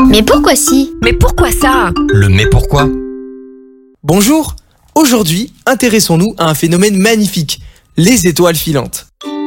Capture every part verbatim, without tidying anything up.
Mais pourquoi si? Mais pourquoi ça? Le mais pourquoi? Bonjour, aujourd'hui, intéressons-nous à un phénomène magnifique, les étoiles filantes.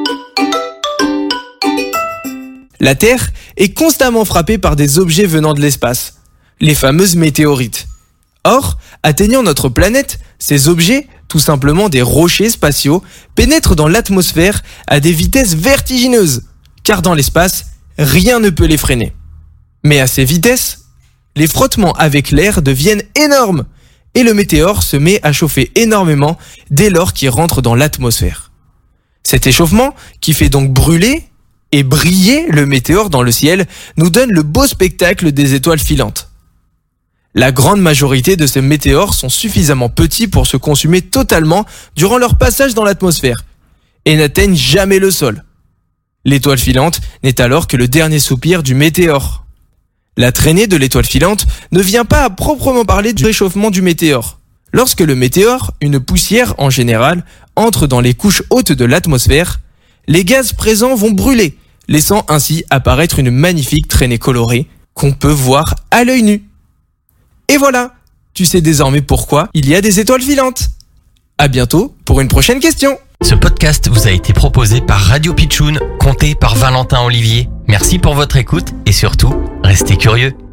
La Terre est constamment frappée par des objets venant de l'espace, les fameuses météorites. Or, atteignant notre planète, ces objets, tout simplement des rochers spatiaux, pénètrent dans l'atmosphère à des vitesses vertigineuses, car dans l'espace, rien ne peut les freiner. Mais à ces vitesses, les frottements avec l'air deviennent énormes et le météore se met à chauffer énormément dès lors qu'il rentre dans l'atmosphère. Cet échauffement, qui fait donc brûler et briller le météore dans le ciel, nous donne le beau spectacle des étoiles filantes. La grande majorité de ces météores sont suffisamment petits pour se consumer totalement durant leur passage dans l'atmosphère et n'atteignent jamais le sol. L'étoile filante n'est alors que le dernier soupir du météore. La traînée de l'étoile filante ne vient pas à proprement parler du réchauffement du météore. Lorsque le météore, une poussière en général, entre dans les couches hautes de l'atmosphère, les gaz présents vont brûler, laissant ainsi apparaître une magnifique traînée colorée qu'on peut voir à l'œil nu. Et voilà, tu sais désormais pourquoi il y a des étoiles filantes. À bientôt pour une prochaine question. Ce podcast vous a été proposé par Radio Pitchoun, compté par Valentin Olivier. Merci pour votre écoute et surtout, restez curieux.